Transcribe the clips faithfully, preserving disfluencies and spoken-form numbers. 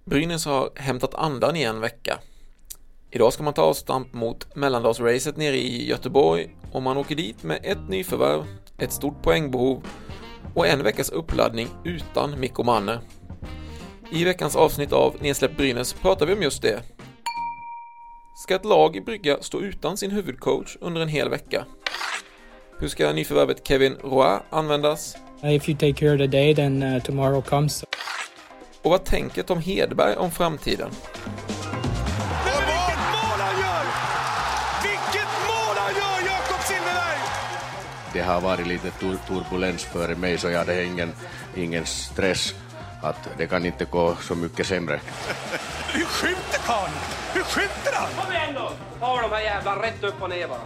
Brynäs har hämtat andan i en vecka. Idag ska man ta avstamp mot mellandagsracet nere i Göteborg och man åker dit med ett nyförvärv, ett stort poängbehov och en veckas uppladdning utan Mikko Manner. I veckans avsnitt av Nedsläpp Brynäs pratar vi om just det. Ska ett lag i Brygga stå utan sin huvudcoach under en hel vecka? Hur ska nyförvärvet Kevin Roy användas? If you take care of the day, then uh, tomorrow comes. Och vad tänker Tom Hedberg om framtiden? Men vilket mål han gör! Vilket mål han gör, Jakob Silfverberg! Det har varit lite tur- turbulens för mig, så jag hade ingen, ingen stress att det kan inte gå så mycket sämre. Hur skjuter karln? Hur skjuter han? Kom igen då! Ta de här jävla rätt upp och ner bara.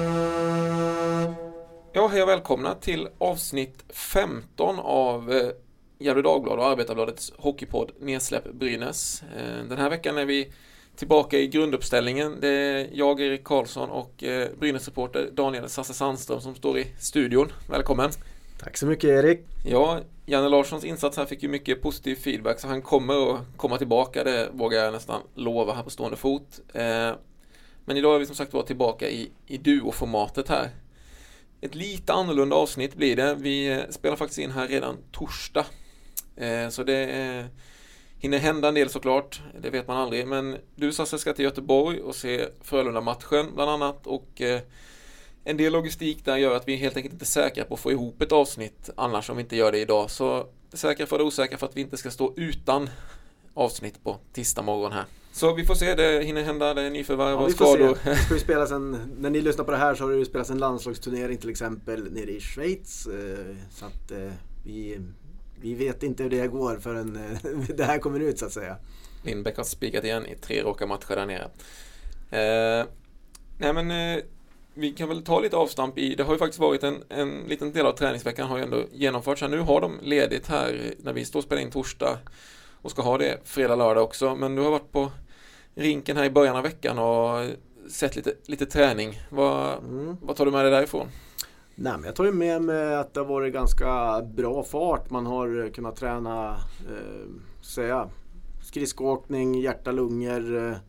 Ja, hej och välkomna till avsnitt femton av eh, Gefle Dagblad och Arbetarbladets hockeypodd Nedsläpp Brynäs. Eh, den här veckan är vi tillbaka i grunduppställningen. Det är jag, Erik Karlsson och eh, Brynäs-reporter Daniel Sasse Sandström som står i studion. Välkommen! Tack så mycket, Erik. Ja, Janne Larssons insats här fick ju mycket positiv feedback, så han kommer att komma tillbaka, det vågar jag nästan lova här på stående fot. Eh, men idag är vi som sagt var tillbaka i, i duo-formatet här. Ett lite annorlunda avsnitt blir det. Vi spelar faktiskt in här redan torsdag. Eh, så det eh, hinner hända en del såklart. Det vet man aldrig. Men du Sasse ska till Göteborg och se Frölunda-matchen bland annat. Och eh, en del logistik där gör att vi helt enkelt inte är säkra på att få ihop ett avsnitt annars om vi inte gör det idag. Så säkra för det osäkra för att vi inte ska stå utan avsnitt på tisdag morgon här. Så vi får se, det hinner hända, det är nyförvärv och skador. Det ska ju spelas en, när ni lyssnar på det här så har det ju spelats en landslagsturnering till exempel nere i Schweiz. Så att vi, vi vet inte hur det går förrän det här kommer ut så att säga. Lindbäck har spikat igen i tre raka matcher där nere. Eh, nej men eh, vi kan väl ta lite avstamp i, det har ju faktiskt varit en, en liten del av träningsveckan har ju ändå genomförts. Så nu har de ledigt här när vi står och spelar in torsdag och ska ha det fredag, lördag också. Men du har varit på rinken här i början av veckan och sett lite, lite träning. Vad, mm. vad tar du med dig därifrån? Nej, men jag tar ju med mig att det har varit ganska bra fart. Man har kunnat träna eh, säga, skridskoåkning, hjärta-lungor, eh,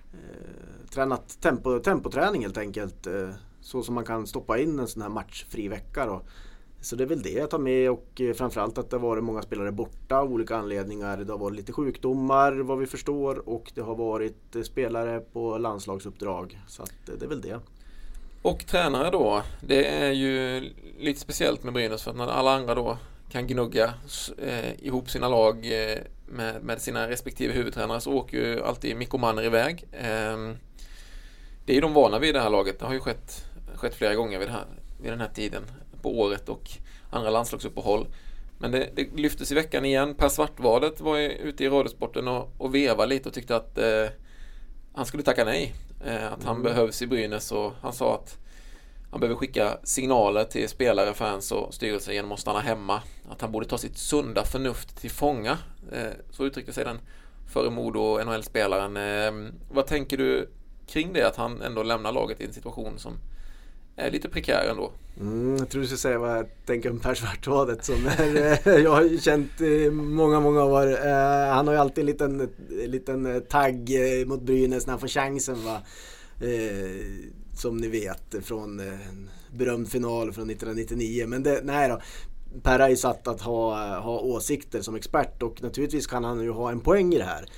tränat tempo, tempoträning helt enkelt. Eh, så som man kan stoppa in en sån här matchfri vecka då. Så det är väl det jag tar med, och framförallt att det har varit många spelare borta av olika anledningar. Det har varit lite sjukdomar vad vi förstår, och det har varit spelare på landslagsuppdrag. Så att det är väl det. Och tränare då, det är ju lite speciellt med Brynäs, för att när alla andra då kan gnugga eh, ihop sina lag eh, med, med sina respektive huvudtränare, så åker ju alltid Mikko Manner iväg. Eh, det är ju de vana vid det här laget. Det har ju skett, skett flera gånger vid, det här, vid den här tiden på året och andra landslagsuppehåll. Men det, det lyftes i veckan igen. Per Svartvadet var ute i Radiosporten och, och vevade lite och tyckte att eh, han skulle tacka nej. Eh, att han mm. behövs i Brynäs, och han sa att han behöver skicka signaler till spelare, fans och styrelse genom att stanna hemma. Att han borde ta sitt sunda förnuft till fånga. Eh, så uttryckte sig den före Modo och N H L-spelaren. Eh, vad tänker du kring det, att han ändå lämnar laget i en situation som är lite prekär ändå? Mm, jag tror du ska säga vad jag tänker om Per Svartvadet, som är, jag har ju känt i många, många år. Eh, han har ju alltid en liten, liten tagg mot Brynäs när han får chansen, va? Eh, som ni vet från en berömd final från nittonhundranittionio. Men det, nej då, Per är ju satt att ha, ha åsikter som expert, och naturligtvis kan han ju ha en poäng i det här.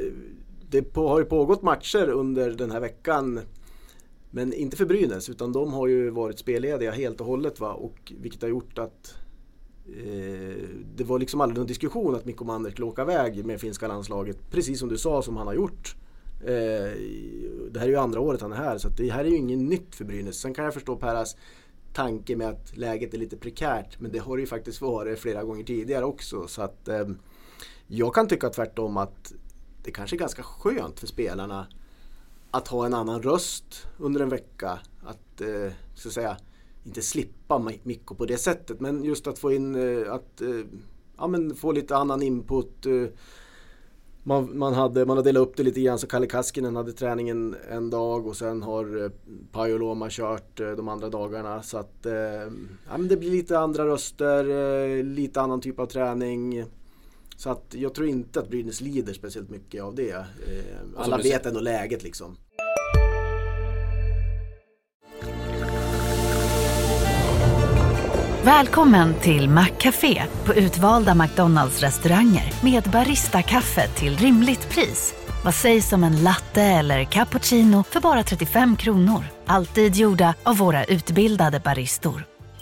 Det på, har ju pågått matcher under den här veckan, men inte för Brynäs, utan de har ju varit spellediga helt och hållet, va? Och vilket har gjort att eh, det var liksom aldrig någon diskussion att Mikko Manner skulle åka iväg med finska landslaget, precis som du sa, som han har gjort. Eh, det här är ju andra året han är här, så att det här är ju inget nytt för Brynäs. Sen kan jag förstå Peras tanke med att läget är lite prekärt, men det har ju faktiskt varit flera gånger tidigare också. Så att eh, jag kan tycka tvärtom att det kanske är ganska skönt för spelarna att ha en annan röst under en vecka, att eh, så att säga inte slippa Mikko på det sättet, men just att få in eh, att eh, ja, men få lite annan input. Eh, man, man hade man hade delat upp det lite grann, så Kalle Kaskinen hade träningen en dag och sen har eh, Pajoloma kört eh, de andra dagarna, så att eh, ja, men det blir lite andra röster, eh, lite annan typ av träning. Så att jag tror inte att Brynäs lider speciellt mycket av det. Alla vet ändå läget liksom. Välkommen till McCafé på utvalda McDonalds-restauranger med barista-kaffe till rimligt pris. Vad sägs om en latte eller cappuccino för bara trettiofem kronor? Alltid gjorda av våra utbildade baristor.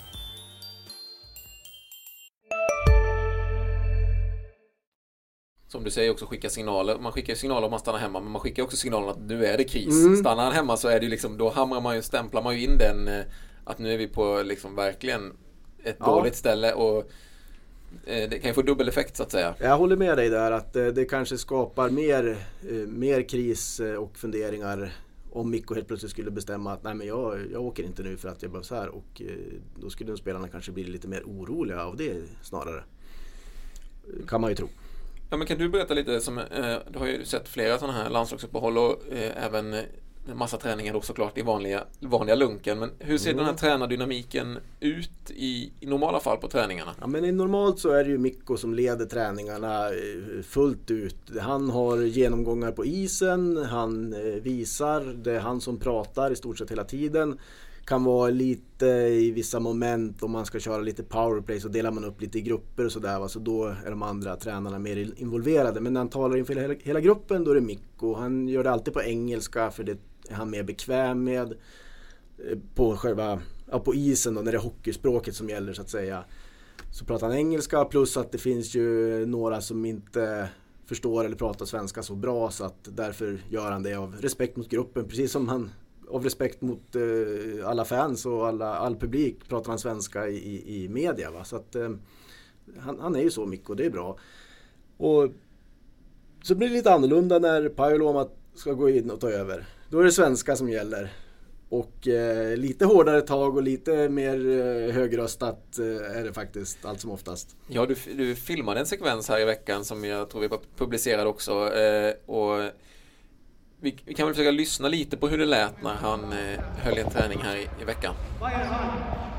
Som du säger också skicka signaler. Man skickar signaler om man stannar hemma, men man skickar också signaler att nu är det kris. Mm. Stannar han hemma så är det ju liksom, då hamrar man ju, stämplar man ju in den att nu är vi på liksom verkligen ett ja. dåligt ställe och eh, det kan ju få dubbel effekt så att säga. Jag håller med dig där att eh, det kanske skapar mer, eh, mer kris eh, och funderingar om Mikko helt plötsligt skulle bestämma att nej men jag, jag åker inte nu för att jag behövs här och eh, då skulle de spelarna kanske bli lite mer oroliga av det snarare. Kan man ju tro. Ja, men kan du berätta lite, som, eh, du har ju sett flera sådana här landslagsuppehåll och eh, även en massa träningar då såklart i vanliga, vanliga lunken, men hur ser mm. den här tränardynamiken ut i, i normala fall på träningarna? Ja, men i normalt så är det ju Mikko som leder träningarna fullt ut. Han har genomgångar på isen, han visar, det är han som pratar i stort sett hela tiden. Kan vara lite i vissa moment om man ska köra lite powerplay så delar man upp lite i grupper och sådär, va? Så då är de andra tränarna mer involverade. Men när han talar inför hela, hela gruppen då är det Mikko. Han gör det alltid på engelska för det är han mer bekväm med. På själva, ja, på isen då, när det är hockeyspråket som gäller så att säga, så pratar han engelska, plus att det finns ju några som inte förstår eller pratar svenska så bra, så att därför gör han det av respekt mot gruppen, precis som han av respekt mot eh, alla fans och alla, all publik pratar han svenska i, i, i media, va? Så att eh, han, han är ju så mycket och det är bra. Och så blir det lite annorlunda när Pajoloma ska gå in och ta över. Då är det svenska som gäller. Och eh, lite hårdare tag och lite mer eh, högröstat eh, är det faktiskt allt som oftast. Ja, du, du filmade en sekvens här i veckan som jag tror vi publicerade också. Eh, och vi, vi kan väl försöka lyssna lite på hur det lät när han eh, höll en träning här i, i veckan. Vad är han?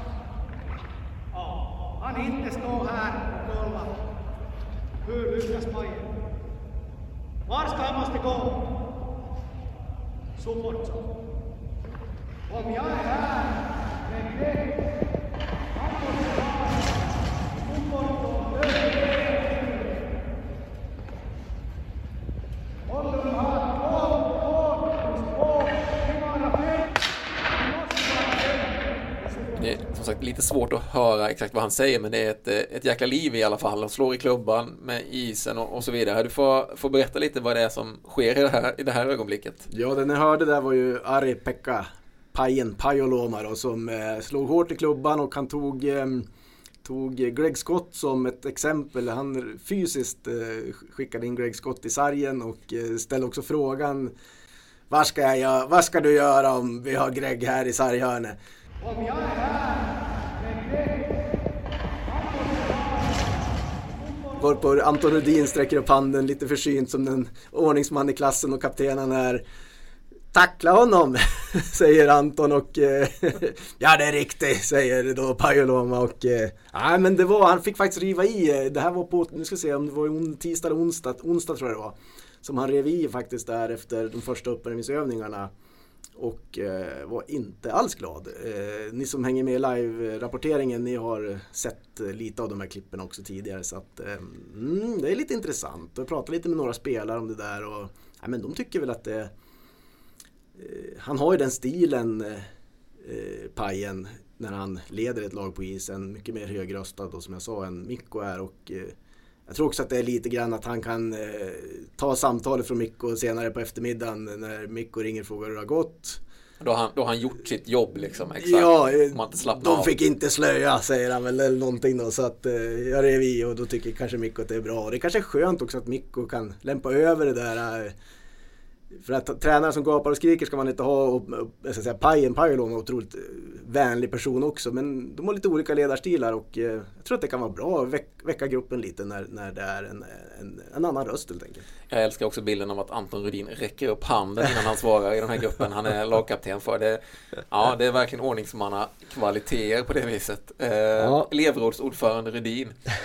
Ja, han inte står här och kolla. Hur lyckas Bajen? Var ska han måste gå? Så fort så. Om jag är här med Greg, han måste vara så fort så. Håller du här? Det är som sagt lite svårt att höra exakt vad han säger, men det är ett, ett jäkla liv i alla fall. Han slår i klubban med isen och, och så vidare. Du får, får berätta lite vad det är som sker i det här, i det här ögonblicket. Ja, den jag hörde där var ju Ari-Pekka Pajen Pajoloma då, som eh, slog hårt i klubban, och han tog, eh, tog Greg Scott som ett exempel. Han fysiskt eh, skickade in Greg Scott i sargen och eh, ställde också frågan: vad ska, jag göra, vad ska du göra om vi har Greg här i sarghörnet? Om jag är här med Greg, varpå Anton Rudin sträcker upp handen lite försynt som den ordningsman i klassen och kaptenen är. Tackla honom, säger Anton, och eh, ja, det är riktigt, säger då Pajoloma, och eh, ja, men det var, han fick faktiskt riva i. Det här var på, nu ska vi se om det var on, tisdag eller onsdag, onsdag tror jag det var, som han rev i faktiskt där efter de första uppvärmningsövningarna. Och eh, var inte alls glad. Eh, ni som hänger med i live-rapporteringen, ni har sett eh, lite av de här klippen också tidigare. Så att, eh, mm, det är lite intressant. Jag pratade lite med några spelare om det där. Och, ja, men de tycker väl att det... Eh, han har ju den stilen, eh, Pajen, när han leder ett lag på isen. Mycket mer högröstad då, som jag sa, än Mikko är. Och... Eh, jag tror också att det är lite grann att han kan eh, ta samtalet från Mikko senare på eftermiddagen när Mikko ringer och frågar hur det har gått. Då har han, då har han gjort sitt jobb liksom, exakt. Ja, man inte de fick av. Inte slöja, säger han väl, eller någonting då. Så att eh, jag rev i, och då tycker kanske Mikko att det är bra. Och det kanske är skönt också att Mikko kan lämpa över det där. Eh, för att tränare som gapar och skriker ska man inte ha, och, och jag ska säga, Pajen Pajoloma är en otroligt vänlig person också, men de har lite olika ledarstilar, och eh, jag tror att det kan vara bra att väck, väcka gruppen lite när, när det är en, en, en annan röst helt enkelt. Jag älskar också bilden av att Anton Rudin räcker upp handen innan han svarar i den här gruppen. Han är lagkapten för det. Ja, det är verkligen ordningsmanna kvaliteter på det viset. Eh, ja. Elevrådsordförande Rudin.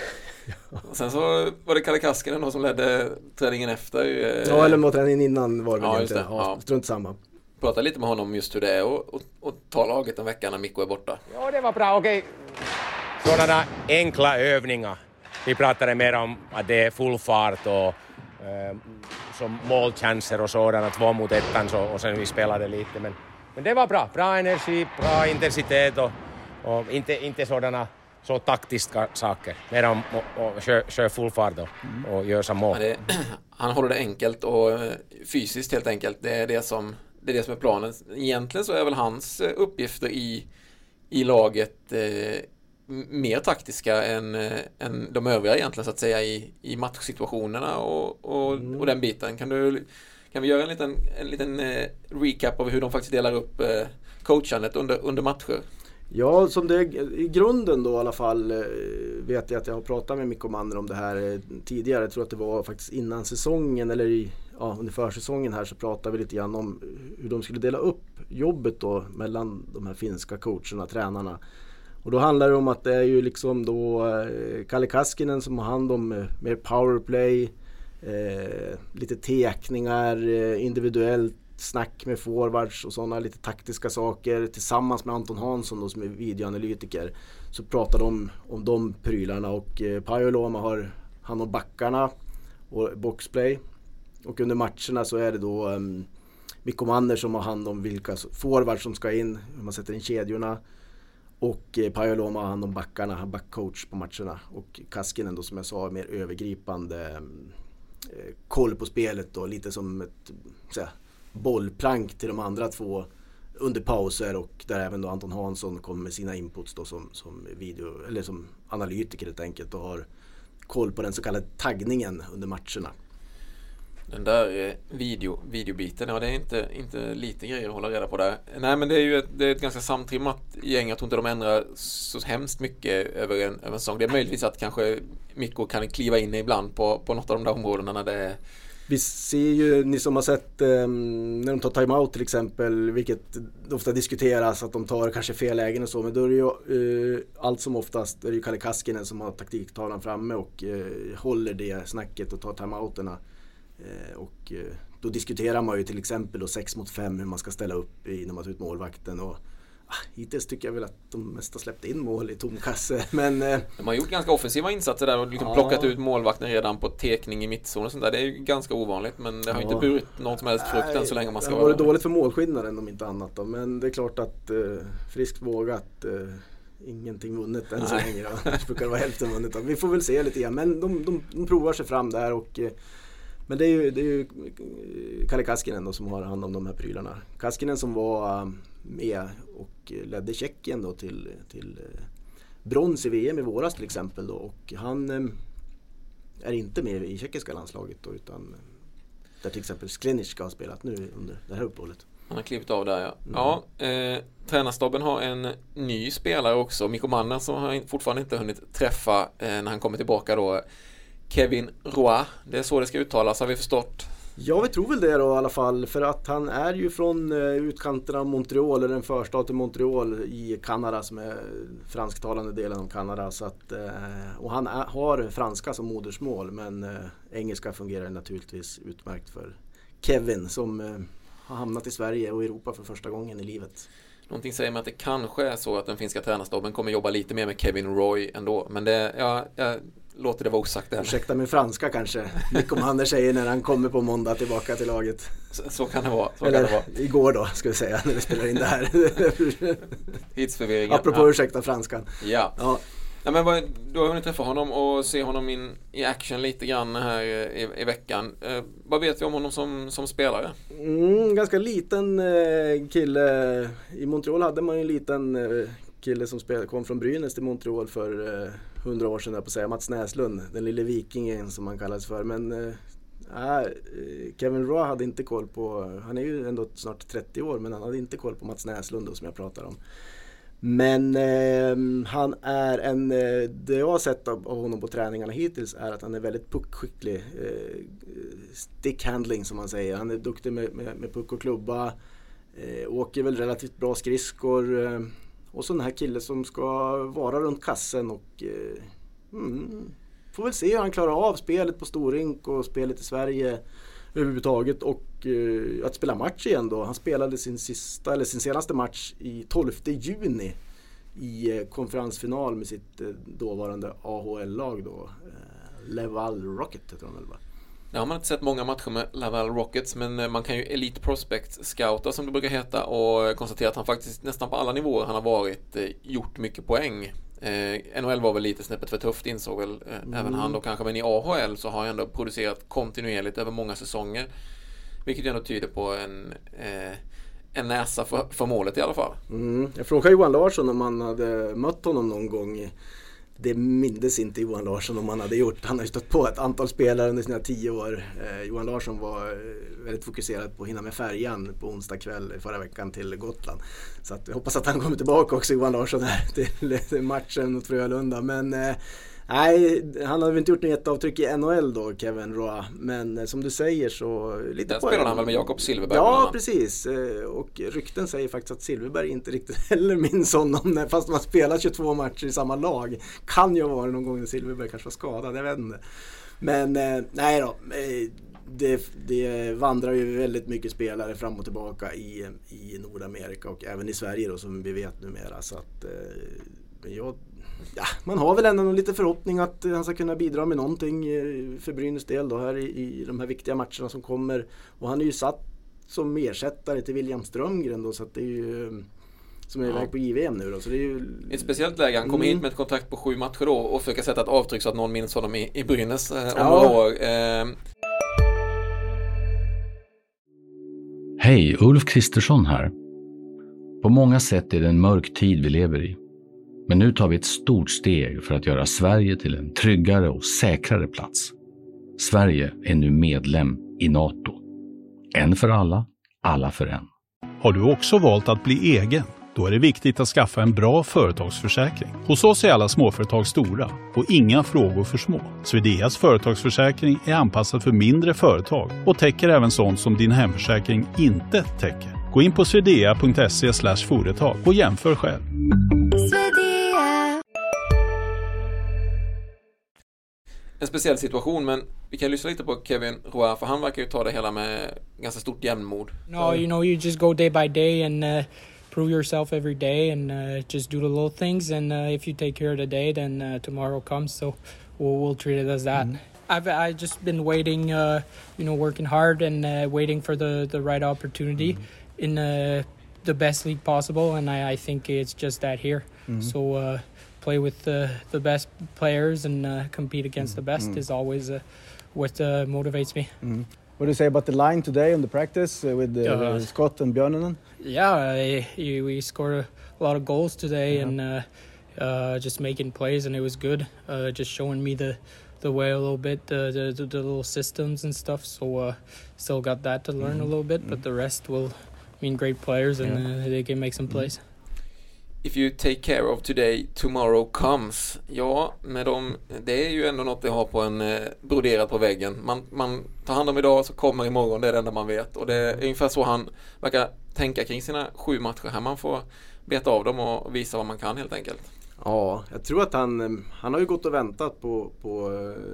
Ja. Och sen så var det Kalle Kaskinen då som ledde träningen efter. Ja, eller mot träningen innan var det ja, väl inte. Det. Ja, Ja. Strunt samma. Prata lite med honom just hur det är och, och, och ta laget en vecka när Mikko är borta. Ja, det var bra. Okej. Sådana enkla övningar. Vi pratade mer om att det är full fart och eh, som målchanser och sådana, två mot ettan så, och sen vi spelade lite. Men, men det var bra. Bra energi, bra intensitet och, och inte, inte sådana så taktiska saker. Mer om att köra kö full fart och, och göra som mål. Ja, det, han håller det enkelt och fysiskt helt enkelt. Det är det som, det är, det som är planen. Egentligen så är väl hans uppgifter i, i laget eh, mer taktiska än, än de övriga egentligen så att säga i, i matchsituationerna och, och, mm. och den biten. Kan, du, kan vi göra en liten, en liten eh, recap av hur de faktiskt delar upp eh, coachandet under, under matcher? Ja, som det i grunden då i alla fall eh, vet jag att jag har pratat med Mikko Manner om det här eh, tidigare. Jag tror att det var faktiskt innan säsongen eller i, ja, under försäsongen här så pratade vi lite grann om hur de skulle dela upp jobbet då mellan de här finska coacherna, tränarna. Och då handlar det om att det är ju liksom då eh, Kalle Kaskinen som har hand om eh, mer powerplay, eh, lite teckningar, eh, individuellt snack med forwards och sådana lite taktiska saker. Tillsammans med Anton Hansson då, som är videoanalytiker, så pratar de om de prylarna. Och eh, Pajoloma har hand om backarna och boxplay. Och under matcherna så är det då um, Mikko Manner som har hand om vilka forwards som ska in, hur man sätter in kedjorna. Och eh, Pajoloma har hand om backarna, backcoach på matcherna. Och Kaskinen då som jag sa mer övergripande eh, koll på spelet då, lite som ett såhär, bollplank till de andra två under pauser, och där även då Anton Hansson kommer med sina inputs då som, som video eller som analytiker helt enkelt och har koll på den så kallade taggningen under matcherna. Den där video, videobiten, ja det är inte, inte lite grejer att hålla reda på där. Nej, men det är ju ett, det är ett ganska samtrimmat gäng. Jag tror inte de ändrar så hemskt mycket över en, över en säsong. Det är möjligtvis att kanske Mikko kan kliva in ibland på, på något av de där områdena när det är. Vi ser ju, ni som har sett eh, när de tar timeout till exempel, vilket ofta diskuteras att de tar kanske fel lägen och så, men då är det ju eh, allt som oftast är det ju Kalle Kaskinen som har taktiktavlan framme och eh, håller det snacket och tar timeouterna. Eh, och eh, då diskuterar man ju till exempel då sex mot fem hur man ska ställa upp innan man tar ut målvakten, och ah, hittills tycker jag väl att de mest har släppt in mål i tomkasse, men eh, de har gjort ganska offensiva insatser där och liksom ja. plockat ut målvakten redan på tekning i mittzon och sånt där. Det är ju ganska ovanligt, men det har ja. inte burit någon som helst frukt än så länge man ska vara. Det har varit dåligt för målskillnaden om inte annat då, men det är klart att eh, friskt vågat eh, ingenting vunnet än så länge då. Det brukar vara hälften vunnet då. Vi får väl se lite grann, men de, de, de provar sig fram där och eh, men det är ju, det är ju Kalle Kaskinen då som har hand om de här prylarna. Kaskinen som var med och ledde Tjeckien då till, till brons i V M i våras till exempel då, och han är inte med i tjeckiska landslaget då, utan där till exempel Sklenic har spelat nu under det här uppehållet. Han har klivit av där, ja. Mm. Ja, eh, tränarstaben har en ny spelare också, Mikko Manner, som har fortfarande inte hunnit träffa eh, när han kommer tillbaka då. Kevin Roy, det är så det ska uttalas, har vi förstått? Ja, vi tror väl det då i alla fall, för att han är ju från eh, utkanten av Montreal, eller den förstaten Montreal i Kanada som är fransktalande delen av Kanada, så att, eh, och han är, har franska som modersmål, men eh, engelska fungerar naturligtvis utmärkt för Kevin som eh, har hamnat i Sverige och Europa för första gången i livet. Någonting säger mig att det kanske är så att den finska tränarstaben kommer jobba lite mer med Kevin Roy ändå, men det, ja, jag låter det vara osagt där. Ursäkta min franska kanske, Mikko Manner säger när han kommer på måndag tillbaka till laget. Så, så kan det vara. Så Eller kan det vara. Igår då, ska vi säga, när vi spelar in det här. Tidsförvirringen. Apropå ja. ursäkta franskan. Ja. ja. Ja, men vad, du har hunnit träffa honom och se honom in, i action lite grann här i, i veckan. Eh, vad vet vi om honom som, som spelare? Mm, ganska liten eh, kille. I Montreal hade man ju en liten eh, kille som spel, kom från Brynäs till Montreal för eh, hundra år sedan, jag på att säga, Mats Näslund, den lille vikingen som man kallas för. Men eh, Kevin Roy hade inte koll på, han är ju ändå snart trettio år, men han hade inte koll på Mats Näslund då, som jag pratar om. Men eh, han är en, eh, det jag har sett av, av honom på träningarna hittills är att han är väldigt puckskicklig, eh, stick handling som man säger. Han är duktig med, med, med puck och klubba, eh, åker väl relativt bra skridskor, eh, och så den här killen som ska vara runt kassen och eh, mm, får väl se hur han klarar av spelet på storrink och spelet i Sverige överhuvudtaget och uh, att spela match igen då. Han spelade sin sista eller sin senaste match i tolfte juni i uh, konferensfinal med sitt uh, dåvarande A H L-lag då. Uh, Laval Rocket heter de väl, va? Ja, man har inte sett många matcher med Laval Rockets, men man kan ju Elite Prospect scouta som det brukar heta och konstatera att han faktiskt nästan på alla nivåer han har varit uh, gjort mycket poäng. Eh, N H L var väl lite snäppet för tufft, insåg väl eh, mm. även han då kanske, men i A H L så har han ändå producerat kontinuerligt över många säsonger, vilket ju ändå tyder på en, eh, en näsa för, för målet i alla fall. Mm. Jag frågade Johan Larsson om han hade mött honom någon gång. Det mindes inte Johan Larsson om han hade gjort. Han har ju stått på ett antal spelare under sina tio år. Eh, Johan Larsson var väldigt fokuserad på att hinna med färjan på onsdag kväll förra veckan till Gotland. Så att jag hoppas att han kommer tillbaka också, Johan Larsson, här till matchen mot Frölunda. Men eh, nej, han har väl inte gjort något jätteavtryck i N H L då, Kevin Roy. Men eh, som du säger så... Lite där spelar han väl med Jakob Silfverberg? Ja, precis. Eh, och rykten säger faktiskt att Silfverberg inte riktigt heller minns honom. Fast man spelar tjugotvå matcher i samma lag. Kan ju vara någon gång när Silfverberg kanske var skadad, jag vet inte. Men eh, nej då. Eh, det, det vandrar ju väldigt mycket spelare fram och tillbaka i, i Nordamerika och även i Sverige då, som vi vet numera. Så att eh, jag... Ja, man har väl ändå lite förhoppning att han ska kunna bidra med någonting för Brynäs del då här i, i de här viktiga matcherna som kommer. Och han är ju satt som ersättare till William Strömgren då, så att det är ju som är ja. iväg på J V M nu då. Så det är ju ett speciellt läge. Han kommer mm. hit med ett kontrakt på sju matcher då och försöka sätta ett avtryck så att någon minns honom i, i Brynäs eh, om ja. några år. Eh. Hej, Ulf Kristersson här. På många sätt är det en mörk tid vi lever i. Men nu tar vi ett stort steg för att göra Sverige till en tryggare och säkrare plats. Sverige är nu medlem i NATO. En för alla, alla för en. Har du också valt att bli egen? Då är det viktigt att skaffa en bra företagsförsäkring. Hos oss är alla småföretag stora och inga frågor för små. Swedeas företagsförsäkring är anpassad för mindre företag och täcker även sånt som din hemförsäkring inte täcker. Gå in på swedea punkt se slash företag och jämför själv. En speciell situation, men vi kan lyssna lite på Kevin Roy, för han verkar ju ta det hela med ganska stort jämnmod. No, you know, you just go day by day and uh, prove yourself every day and uh, just do the little things, and uh, if you take care of the day, then uh, tomorrow comes, so we'll, we'll treat it as that. Mm. I've I just been waiting, uh, you know, working hard and uh, waiting for the, the right opportunity mm. in uh, the best league possible, and I, I think it's just that here. Mm. So uh, play with the, the best players and uh, compete against mm. the best mm. is always uh, what uh, motivates me. Mm. What do you say about the line today on the practice uh, with uh, uh, Scott and Björnen? Yeah, I, we scored a lot of goals today yeah. and uh, uh, just making plays, and it was good. Uh, just showing me the the way a little bit, the the, the, the little systems and stuff. So uh, still got that to learn mm. a little bit, mm. but the rest will mean great players and yeah. uh, they can make some plays. Mm. If you take care of today, tomorrow comes. Ja, med dem, det är ju ändå något jag har på en eh, broderat på väggen. Man, man tar hand om idag så kommer imorgon, det är det enda man vet. Och det är ungefär så han verkar tänka kring sina sju matcher här. Man får beta av dem och visa vad man kan helt enkelt. Ja, jag tror att han, han har ju gått och väntat på, på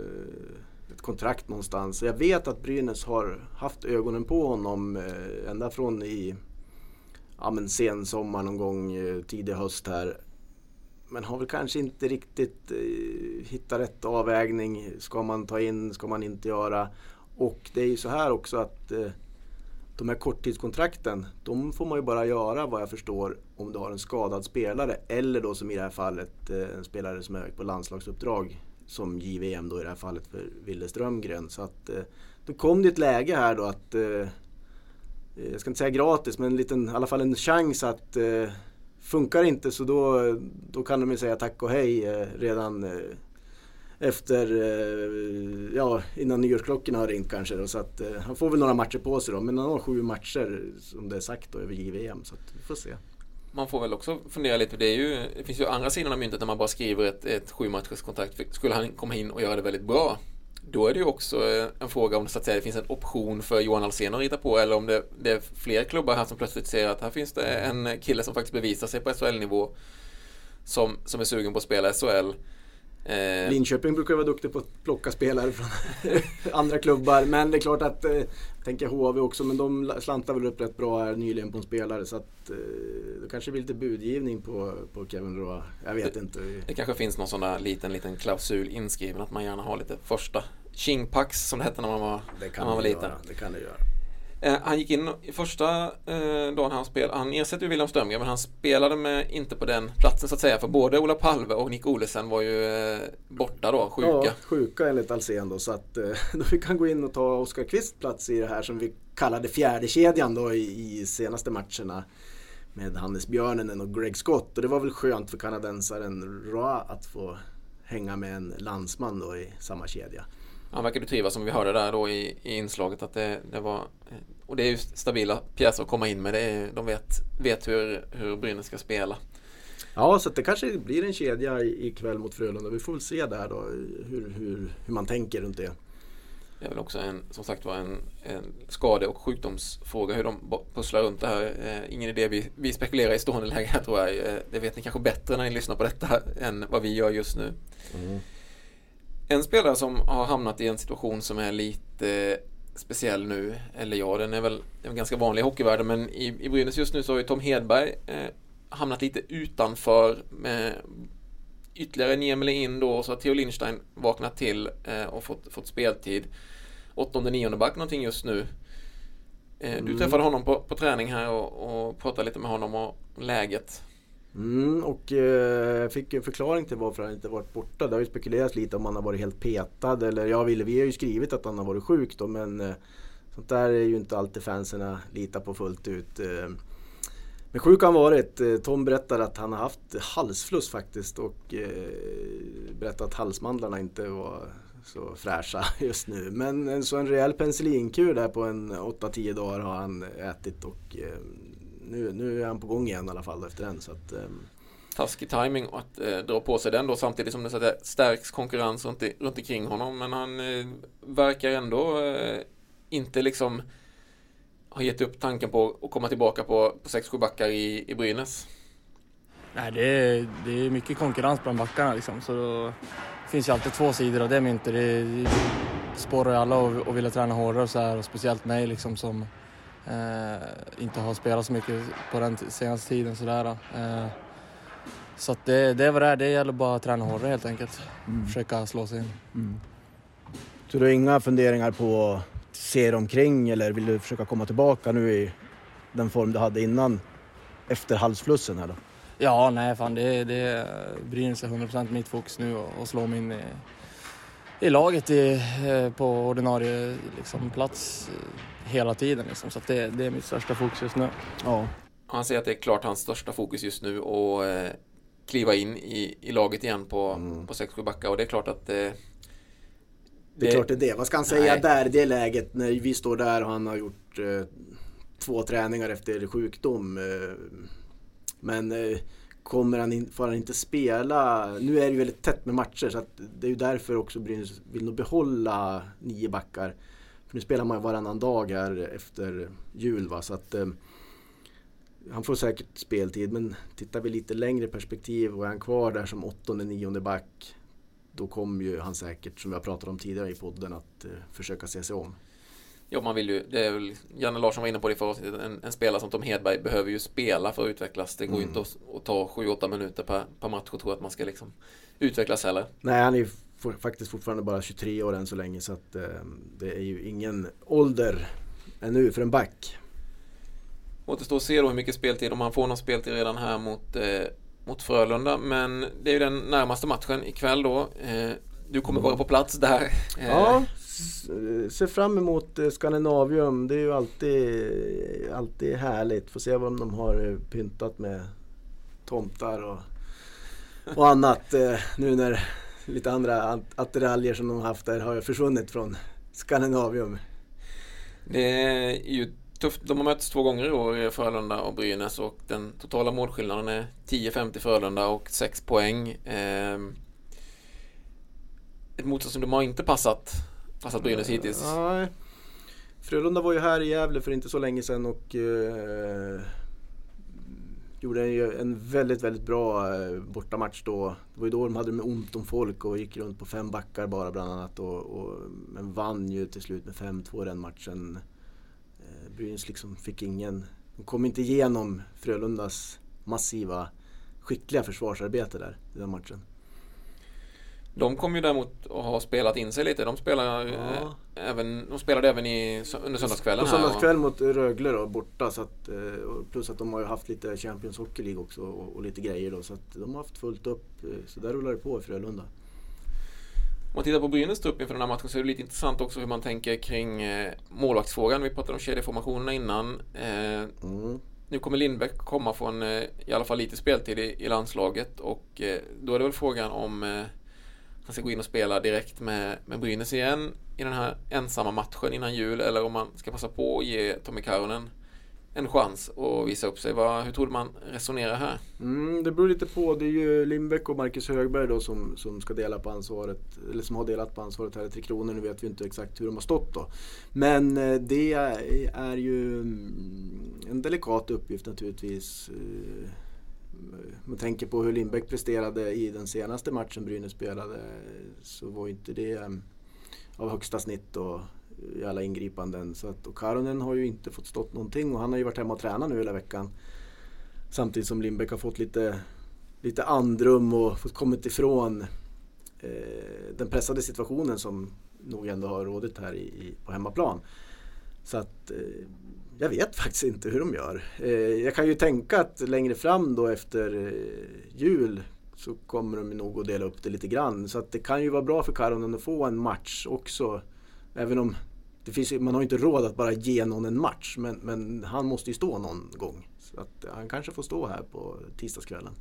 ett kontrakt någonstans. Jag vet att Brynäs har haft ögonen på honom ända från i ja, men sen sommar någon gång, tidig höst här. Men har väl kanske inte riktigt eh, hittat rätt avvägning. Ska man ta in, ska man inte göra? Och det är ju så här också att eh, de här korttidskontrakten, de får man ju bara göra vad jag förstår om du har en skadad spelare. Eller då som i det här fallet eh, en spelare som är på landslagsuppdrag som J V M då i det här fallet för Wille Strömgren. Så att eh, då kom det ett läge här då att eh, jag ska inte säga gratis, men en liten, i alla fall en chans att eh, funkar inte så då, då kan de ju säga tack och hej eh, redan eh, efter, eh, ja, innan nyårsklockorna har ringt kanske då, så att eh, han får väl några matcher på sig då, men han har sju matcher som det är sagt då över J V M, så att vi får se. Man får väl också fundera lite, det är ju, det finns ju andra sidan av myntet när man bara skriver ett, ett sju matchers kontrakt. Skulle han komma in och göra det väldigt bra, då är det ju också en fråga om det, så att säga, det finns en option för Johan Alsen att rita på, eller om det, det är fler klubbar här som plötsligt ser att här finns det en kille som faktiskt bevisar sig på S H L-nivå som, som är sugen på att spela S H L. Eh, Linköping brukar vara duktig på att plocka spelare från andra klubbar, men det är klart att eh, tänker H V också, men de slantar väl upp rätt bra här nyligen på en spelare, så att eh, det kanske blir lite budgivning på, på Kevin Roa. Jag vet det, inte. Det kanske finns någon sån där liten, liten klausul inskriven att man gärna har lite första Chingpax som det hette när man var, det kan när man var liten. Göra, det kan det göra. Eh, han gick in i första eh, dagen han spelade. Han ersätter ju William Strömgren, men han spelade med inte på den platsen så att säga. För både Ola Palve och Nick Olesen var ju eh, borta då, sjuka. Ja, sjuka enligt Alsen då. Så att eh, då fick han gå in och ta Oskar Kvist plats i det här som vi kallade fjärde kedjan då i, i senaste matcherna. Med Hannes Björnen och Greg Scott. Och det var väl skönt för kanadensaren Roa att få hänga med en landsman då i samma kedja. Han verkade trivas som vi hörde där då i, i inslaget att det, det var, och det är ju stabila pjäser att komma in med, det är, de vet, vet hur, hur Brynäs ska spela. Ja, så det kanske blir en kedja ikväll mot Frölunda. Vi får väl se där då hur, hur, hur man tänker runt det. Det är väl också en, som sagt var en, en skade- och sjukdomsfråga hur de pusslar runt det här. Eh, ingen idé vi, vi spekulerar i stående läge här, tror jag. Eh, det vet ni kanske bättre när ni lyssnar på detta än vad vi gör just nu. Mm. En spelare som har hamnat i en situation som är lite speciell nu, eller ja, den är väl en ganska vanlig i hockeyvärlden, men i, i Brynäs just nu så har ju Tom Hedberg eh, hamnat lite utanför med ytterligare en Emil in då, och så har Theo Lindstein vaknat till eh, och fått, fått speltid. Åttonde, nionde back någonting just nu. Eh, du mm. träffade honom på, på träning här och, och pratade lite med honom om läget. Mm, och jag eh, fick en förklaring till varför han inte varit borta. Det har ju spekulerats lite om han har varit helt petad. Eller ja, vi har ju skrivit att han har varit sjuk då, men eh, sånt där är ju inte alltid fanserna litar på fullt ut. Eh, men sjuk har han varit. Eh, Tom berättar att han har haft halsfluss faktiskt och eh, berättar att halsmandlarna inte var så fräscha just nu. Men så en rejäl penicillinkur där på en åtta tio dagar har han ätit och eh, Nu, nu är han på gång igen i alla fall efter den. Så att, um... taskig timing att eh, dra på sig den då, samtidigt som det, så att det stärks konkurrens runt, i, runt omkring honom. Men han eh, verkar ändå eh, inte liksom ha gett upp tanken på att komma tillbaka på, på sex sju backar i, i Brynäs. Nej, det är, det är mycket konkurrens bland backarna liksom, så då finns ju alltid två sidor av det myntet. Det, det spårar ju alla och, och vill träna hårdare och så här, och speciellt mig liksom som Eh, inte har spelat så mycket på den senaste tiden sådär. Eh, så att det, det var det, det gäller bara att träna hårdare helt enkelt. Mm. Försöka slå sig in. Mm. Så du har inga funderingar på att se dig omkring, eller vill du försöka komma tillbaka nu i den form du hade innan efter halsflussen här då? Ja, nej fan, det, det bryr sig hundra procent mitt fokus nu och, och slå mig in i, i laget i, på ordinarie liksom, plats hela tiden liksom. Så att det, det är mitt största fokus just nu. Ja. Han säger att det är klart hans största fokus just nu och eh, kliva in i, i laget igen på, mm. på sex sju backar, och det är klart att eh, det, det är klart det är det. Vad ska han säga nej. där i det läget när vi står där och han har gjort eh, två träningar efter sjukdom, eh, men eh, kommer han in, får han inte spela. Nu är det ju väldigt tätt med matcher, så att det är ju därför också Brynäs vill nog behålla nio backar. För nu spelar man ju varannan dag här efter jul, va? Så att eh, han får säkert speltid, men tittar vi lite längre perspektiv och är han kvar där som åttonde, nionde back, då kommer ju han säkert, som jag pratade om tidigare i podden, att eh, försöka se sig om. Ja, man vill ju, det är väl, Janne Larsson var inne på det förut, en, en spelare som Tom Hedberg behöver ju spela för att utvecklas. Det går ju mm. inte att, att ta sju åtta minuter per, per match och tro att man ska liksom utvecklas heller. Nej, han är ju for, faktiskt fortfarande bara tjugotre år än så länge, så att eh, det är ju ingen ålder ännu för en back. Återstår att se då hur mycket speltid, om han får någon speltid redan här mot, eh, mot Frölunda, men det är ju den närmaste matchen ikväll då. Eh, du kommer vara på plats där. Eh. Ja, se fram emot Skandinavium. Det är ju alltid, alltid härligt. Får se vad de har pyntat med tomtar och, och annat. Nu när lite andra attiraljer som de har haft där har försvunnit från Skandinavium. Det är ju tufft. De har mötts två gånger i år, Frölunda och Brynäs, och den totala målskillnaden är tio femtio Frölunda och sex poäng. Eh, ett motstånd som de har inte passat passat Brynäs hittills. Nej. Frölunda var ju här i Gävle för inte så länge sedan och eh, gjorde en, en väldigt, väldigt bra eh, bortamatch då. Det var ju då de hade med ont om folk och gick runt på fem backar bara bland annat. Och, och, men vann ju till slut med fem två den matchen. Eh, Brynäs liksom fick ingen... De kom inte igenom Frölundas massiva, skickliga försvarsarbete där i den matchen. De kom ju däremot att ha spelat in sig lite. De spelar ja. eh, även de spelade även i under söndagskvällen på här. Söndagskväll mot Rögle då borta, så att, plus att de har ju haft lite Champions Hockey League också och, och lite grejer då, så att de har haft fullt upp, så där rullar det på i Frölunda. Om man tittar på Brynäs trupp inför den här matchen så är det lite intressant också hur man tänker kring eh, målvaktsfrågan. Vi pratade om kedjeformationerna innan. Eh, mm. Nu kommer Lindbäck komma från eh, i alla fall lite speltid i, i landslaget, och eh, då är det väl frågan om eh, han ska gå in och spela direkt med, med Brynäs igen i den här ensamma matchen innan jul, eller om man ska passa på att ge Tommy Karonen en chans och visa upp sig. Vad, hur tror du man resonerar här? Mm, det beror lite på. Det är ju Lindbäck och Marcus Högberg då som, som ska dela på ansvaret, eller som har delat på ansvaret här i Tre Kronor. Nu vet vi inte exakt hur de har stått då. Men det är, är ju en delikat uppgift naturligtvis. Man tänker på hur Lindbäck presterade i den senaste matchen Brynäs spelade, så var inte det av högsta snitt och i alla ingripanden. Så att, och Karonen har ju inte fått stått någonting, och han har ju varit hemma och tränat nu hela veckan. Samtidigt som Lindbäck har fått lite, lite andrum och fått kommit ifrån eh, den pressade situationen som nog ändå har rådigt här i, i, på hemmaplan. Så att eh, jag vet faktiskt inte hur de gör. Eh, jag kan ju tänka att längre fram då efter eh, jul så kommer de nog att dela upp det lite grann. Så att det kan ju vara bra för Karonen att få en match också. Även om det finns, man har inte råd att bara ge någon en match. Men, men han måste ju stå någon gång. Så att han kanske får stå här på tisdagskvällen.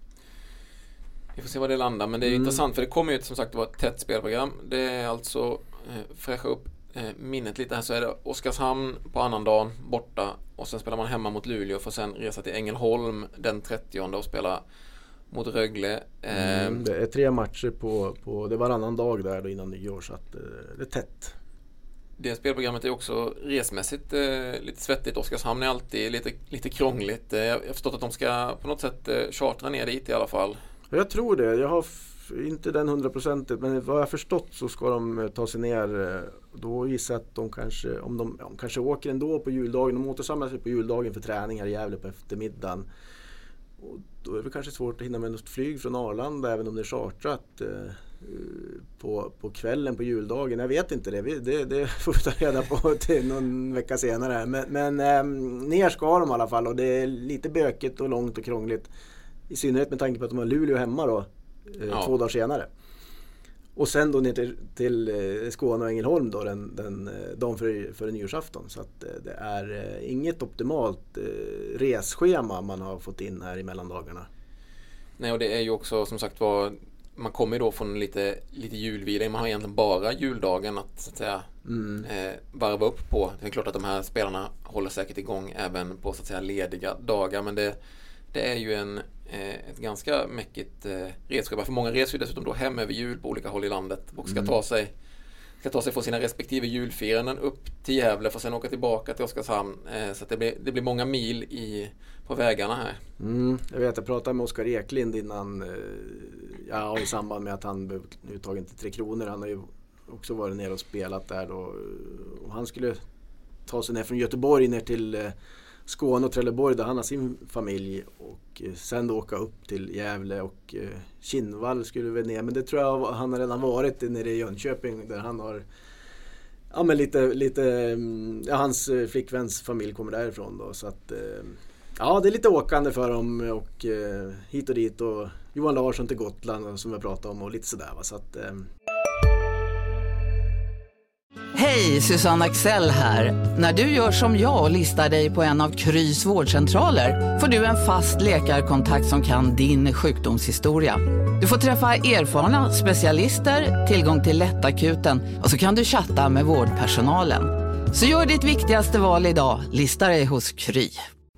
Vi får se vad det landar. Men det är mm. intressant, för det kommer ju som sagt att vara ett tätt spelprogram. Det är alltså eh, fräscha upp eh, minnet lite här, så är det Oskarshamn på annan dagen borta. Och sen spelar man hemma mot Luleå för sen resa till Ängelholm den trettionde och spela mot Rögle. Eh, mm, det är tre matcher på, på det varannan dag där då innan nyår, så att eh, det är tätt. Det spelprogrammet är också resmässigt eh, lite svettigt. Oskarshamn är alltid lite, lite krångligt. Eh, jag har förstått att de ska på något sätt eh, chartra ner dit i alla fall. Jag tror det. Jag har f- inte den hundraprocentigt, men vad jag har förstått så ska de eh, ta sig ner. Eh, då gissar jag att de kanske, om de, de kanske åker ändå på juldagen. De återsamlar sig på juldagen för träning här i Gävle på eftermiddagen. Och då är det kanske svårt att hinna med något flyg från Arlanda, även om det är chartrat eh, på, på kvällen på juldagen. Jag vet inte det, det, det får vi ta reda på till någon vecka senare. Men, men eh, ner ska de i alla fall, och det är lite bökigt och långt och krångligt. I synnerhet med tanke på att de har Luleå hemma då, eh, ja. två dagar senare. Och sen då ner till, till eh, Skåne och Ängelholm då, den, den dagen för, för nyårsafton. Så att eh, det är eh, inget optimalt eh, resschema man har fått in här i mellandagarna. Nej, och det är ju också som sagt var, man kommer då från lite, lite julvila. Man har egentligen bara juldagen att, så att säga, mm. eh, varva upp på. Det är klart att de här spelarna håller säkert igång även på så att säga lediga dagar, men det, det är ju en, eh, ett ganska mäckigt eh, redskap. För många reser ju dessutom då hem över jul på olika håll i landet och ska mm. ta sig ska ta sig från sina respektive julfiranden upp till Gävle för att sen åka tillbaka till Oskarshamn. Eh, så att det blir, det blir många mil i, på vägarna här. Mm, jag vet, jag pratade med Oskar Eklind innan, eh, ja, i samband med att han blev uttagen till Tre Kronor. Han har ju också varit ner och spelat där då. Och han skulle ta sig ner från Göteborg ner till eh, Skåne och Trelleborg där han har sin familj, och eh, sen då åka upp till Gävle och eh, Kinnvall skulle väl ner, men det tror jag han har redan varit nere i Jönköping där han har, ja men lite, lite ja, hans flickväns familj kommer därifrån då, så att eh, ja, det är lite åkande för dem och eh, hit och dit, och Johan Larsson till Gotland som vi pratade om och lite sådär va, så att eh, Hej, Susanne Axel här. När du gör som jag och listar dig på en av Krys vårdcentraler får du en fast läkarkontakt som kan din sjukdomshistoria. Du får träffa erfarna specialister, tillgång till lättakuten och så kan du chatta med vårdpersonalen. Så gör ditt viktigaste val idag, lista dig hos Kry.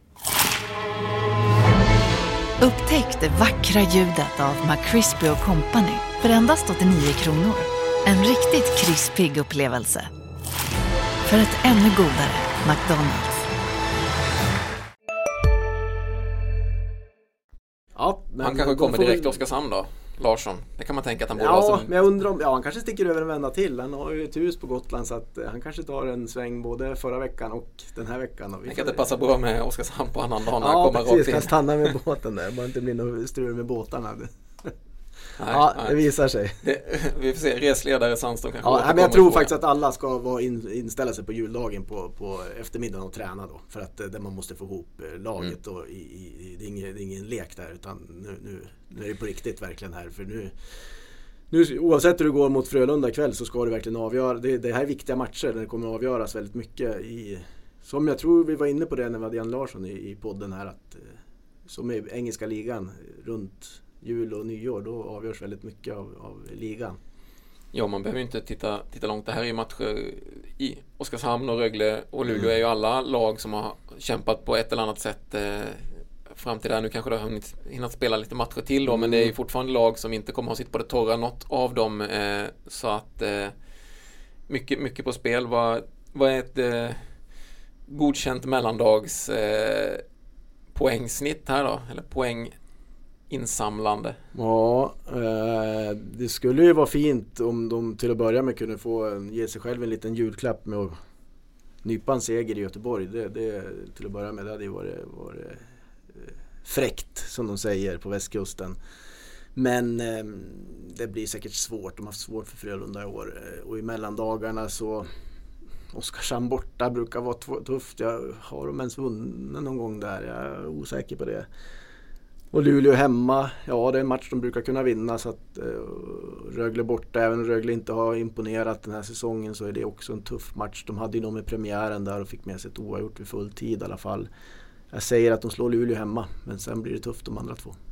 Upptäck det vackra ljudet av McCrispy och Company för endast åttionio kronor. En riktigt krispig upplevelse. För ett ännu godare McDonald's. Men han kanske kommer får... direkt till Oskarshamn då, Larsson. Det kan man tänka att han borde ja, ha som... men jag undrar om, ja, han kanske sticker över en vända till. Han har ju ett hus på Gotland så att han kanske tar en sväng både förra veckan och den här veckan. Och vi jag kan inte passa bra med Oskarshamn på annan dag när ja, han kommer precis, rakt in. kan stanna med båten där. Bara inte bli något strul med båtarna. Nej, ja, nej. det visar sig. Det, vi får se, resledare Sandström kanske. Ja, men jag tror faktiskt att alla ska vara in, inställa sig på juldagen på, på eftermiddagen och träna då. För att där man måste få ihop laget mm. och i, i, det, är ingen, det är ingen lek där utan nu, nu, nu är det på riktigt verkligen här. För nu, nu oavsett hur du går mot Frölunda ikväll så ska du verkligen avgöra. Det, det här är viktiga matcher där det kommer att avgöras väldigt mycket i, som jag tror vi var inne på det när vi hade Jan Larsson i, i podden här att som i engelska ligan runt jul och nyår, då avgörs väldigt mycket av, av ligan. Ja, man behöver ju inte titta, titta långt. Det här är ju matcher i Oskarshamn och Rögle och Luleå mm. är ju alla lag som har kämpat på ett eller annat sätt eh, fram till där. Nu kanske det har hunnit, hinnat spela lite matcher till då, mm. men det är ju fortfarande lag som inte kommer att ha sitt på det torra, något av dem. Eh, så att eh, mycket, mycket på spel. Vad, vad är ett eh, godkänt mellandags eh, poängsnitt här då? Eller poäng insamlande. Ja, eh, det skulle ju vara fint om de till att börja med kunde få en, ge sig själv en liten julklapp med att nypa en seger i Göteborg. Det, det till att börja med det hade ju varit, varit eh, fräckt som de säger på västkusten. Men eh, det blir säkert svårt. De har haft svårt för Frölunda i år. Och i mellandagarna så Oskarshamn borta brukar vara tufft. Jag har de ens vunnit någon gång där. Jag är osäker på det. Och Luleå hemma, ja det är en match de brukar kunna vinna så att uh, Rögle borta, även om Rögle inte har imponerat den här säsongen så är det också en tuff match. De hade ju nog med premiären där och fick med sig ett oavgjort vid full tid i alla fall. Jag säger att de slår Luleå hemma, men sen blir det tufft de andra två.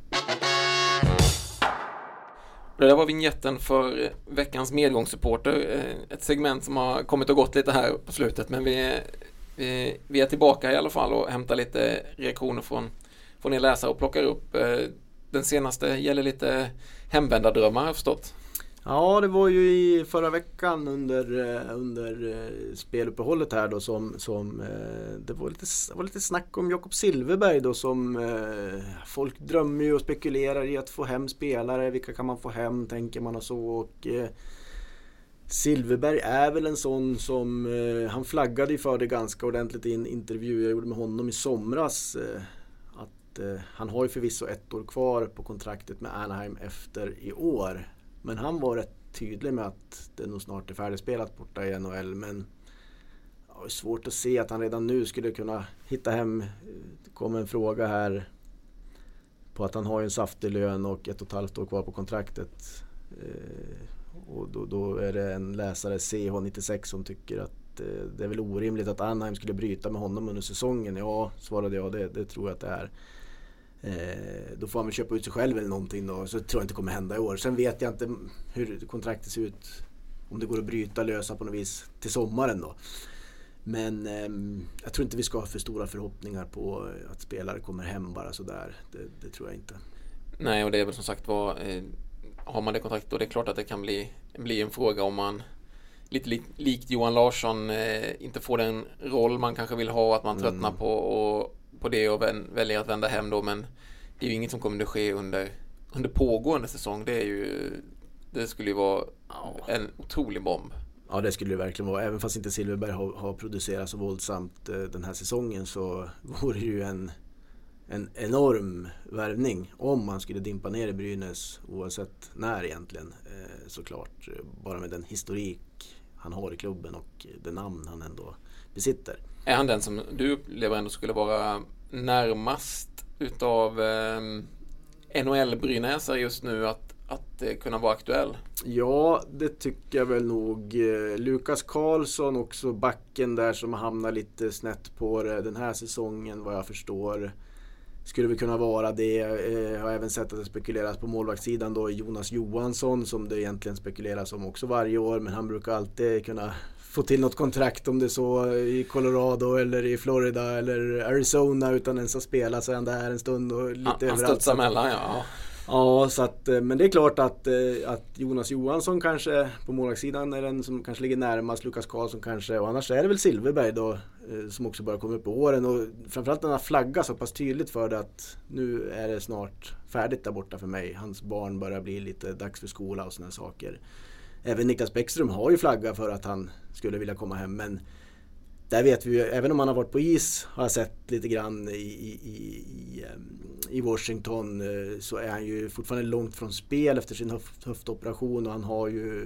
Det där var vignetten för veckans medgångssupporter. Ett segment som har kommit och gått lite här på slutet, men vi, vi, vi är tillbaka i alla fall och hämtar lite reaktioner från får ni läsa och plockar upp. Den senaste gäller lite hemvändardrömmar har jag förstått. Ja, det var ju i förra veckan under, under speluppehållet här då som, som det var lite, det var lite snack om Jakob Silfverberg då som folk drömmer ju och spekulerar i att få hem spelare. Vilka kan man få hem, tänker man och så. Och Silfverberg är väl en sån som han flaggade för det ganska ordentligt i en intervju jag gjorde med honom i somras. Han har ju förvisso ett år kvar på kontraktet med Anaheim efter i år. Men han var rätt tydlig med att det nog snart är färdigspelat borta i N H L. Men ja, det är svårt att se att han redan nu skulle kunna hitta hem. Det kom en fråga här på att han har ju en saftig lön och ett och ett halvt år kvar på kontraktet. Och då, då är det en läsare C H nittiosex som tycker att det är väl orimligt att Anaheim skulle bryta med honom under säsongen. Ja, svarade jag, det, det tror jag att det är. Eh, då får han väl köpa ut sig själv eller någonting då, så tror jag inte kommer hända i år. Sen vet jag inte hur kontraktet ser ut, om det går att bryta, lösa på något vis till sommaren då. Men eh, jag tror inte vi ska ha för stora förhoppningar på att spelare kommer hem bara sådär. Det, det tror jag inte. Nej, och det är väl som sagt vad eh, har man det kontraktet, och det är klart att det kan bli, bli en fråga om man lite li, likt Johan Larsson eh, inte får den roll man kanske vill ha, att man tröttnar mm. på och på det och vän, väljer att vända hem då, men det är ju inget som kommer att ske under, under pågående säsong. Det är ju det skulle ju vara en otrolig bomb. Ja, det skulle det verkligen vara. Även fast inte Silfverberg har, har producerat så våldsamt eh, den här säsongen, så vore det ju en, en enorm värvning om man skulle dimpa ner i Brynäs, oavsett när egentligen. Eh, såklart, bara med den historik han har i klubben och det namn han ändå besitter. Är han den som du upplever ändå skulle vara närmast utav eh, N H L-brynäsare just nu att, att eh, kunna vara aktuell? Ja, det tycker jag väl nog. Lukas Karlsson, också backen där som hamnar lite snett på det den här säsongen vad jag förstår. Skulle väl kunna vara det. Jag har även sett att det spekuleras på målvaktssidan då Jonas Johansson, som det egentligen spekuleras om också varje år, men han brukar alltid kunna få till något kontrakt, om det är så i Colorado eller i Florida eller Arizona, utan ens att spela så är han där en stund och lite han, överallt. Han studsar mellan, ja. Ja, så att, men det är klart att, att Jonas Johansson kanske på målvaktssidan är den som kanske ligger närmast, Lukas Karlsson kanske, och annars är det väl Silverberg då som också börjar komma upp i åren, och framförallt den här flagga så pass tydligt för det att nu är det snart färdigt där borta för mig. Hans barn börjar bli lite dags för skola och såna saker. Även Niklas Bäckström har ju flagga för att han skulle vilja komma hem, men där vet vi ju, även om han har varit på is, har jag sett lite grann i, i, i, i Washington, så är han ju fortfarande långt från spel efter sin höft, höftoperation, och han har ju,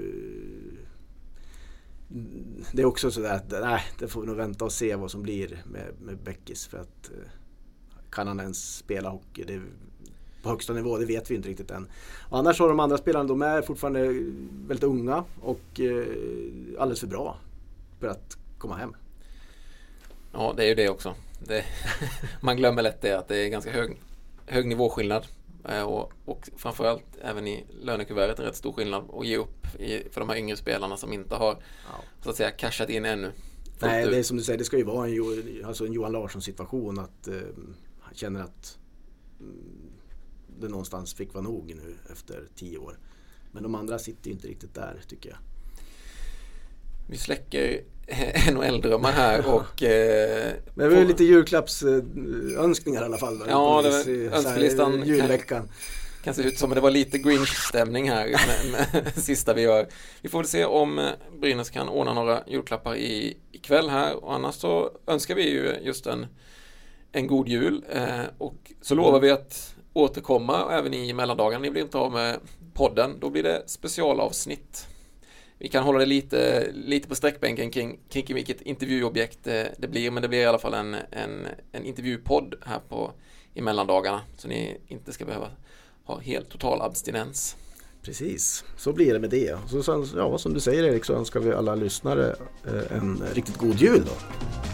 det är också sådär att nej, det får vi nog vänta och se vad som blir med, med Bäckis, för att kan han ens spela hockey det, på högsta nivå, det vet vi inte riktigt än. Och annars har de andra spelarna, de är fortfarande väldigt unga och eh, alldeles för bra för att komma hem. Ja, det är ju det också. Det, man glömmer lätt det, att det är ganska hög, hög nivåskillnad. Och, och framförallt även i lönekuvertet är rätt stor skillnad att ge upp i, för de här yngre spelarna som inte har ja. så att säga cashat in ännu. Nej, det är som du säger, det ska ju vara en, alltså en Johan Larsson situation, att eh, han känner att mm, det någonstans fick vara nog nu efter tio år. Men de andra sitter ju inte riktigt där, tycker jag. Vi släcker N H L-drömmar här och... Eh, Men vi har lite julklappsönskningar i alla fall. Då, ja, det, önskelistan julveckan. Kan, kan se ut som att det var lite Grinch-stämning här med, med sista vi gör. Vi får väl se om Brynäs kan ordna några julklappar i, ikväll här. Och annars så önskar vi ju just en, en god jul. Eh, och så lovar vi att återkomma även i mellandagen. Ni blir inte av med podden. Då blir det specialavsnitt. Vi kan hålla det lite, lite på sträckbänken kring, kring vilket intervjuobjekt det, det blir. Men det blir i alla fall en, en, en intervjupodd här på, i mellandagarna. Så ni inte ska behöva ha helt total abstinens. Precis, så blir det med det. Så, ja, som du säger Erik, så önskar vi alla lyssnare en riktigt god jul då.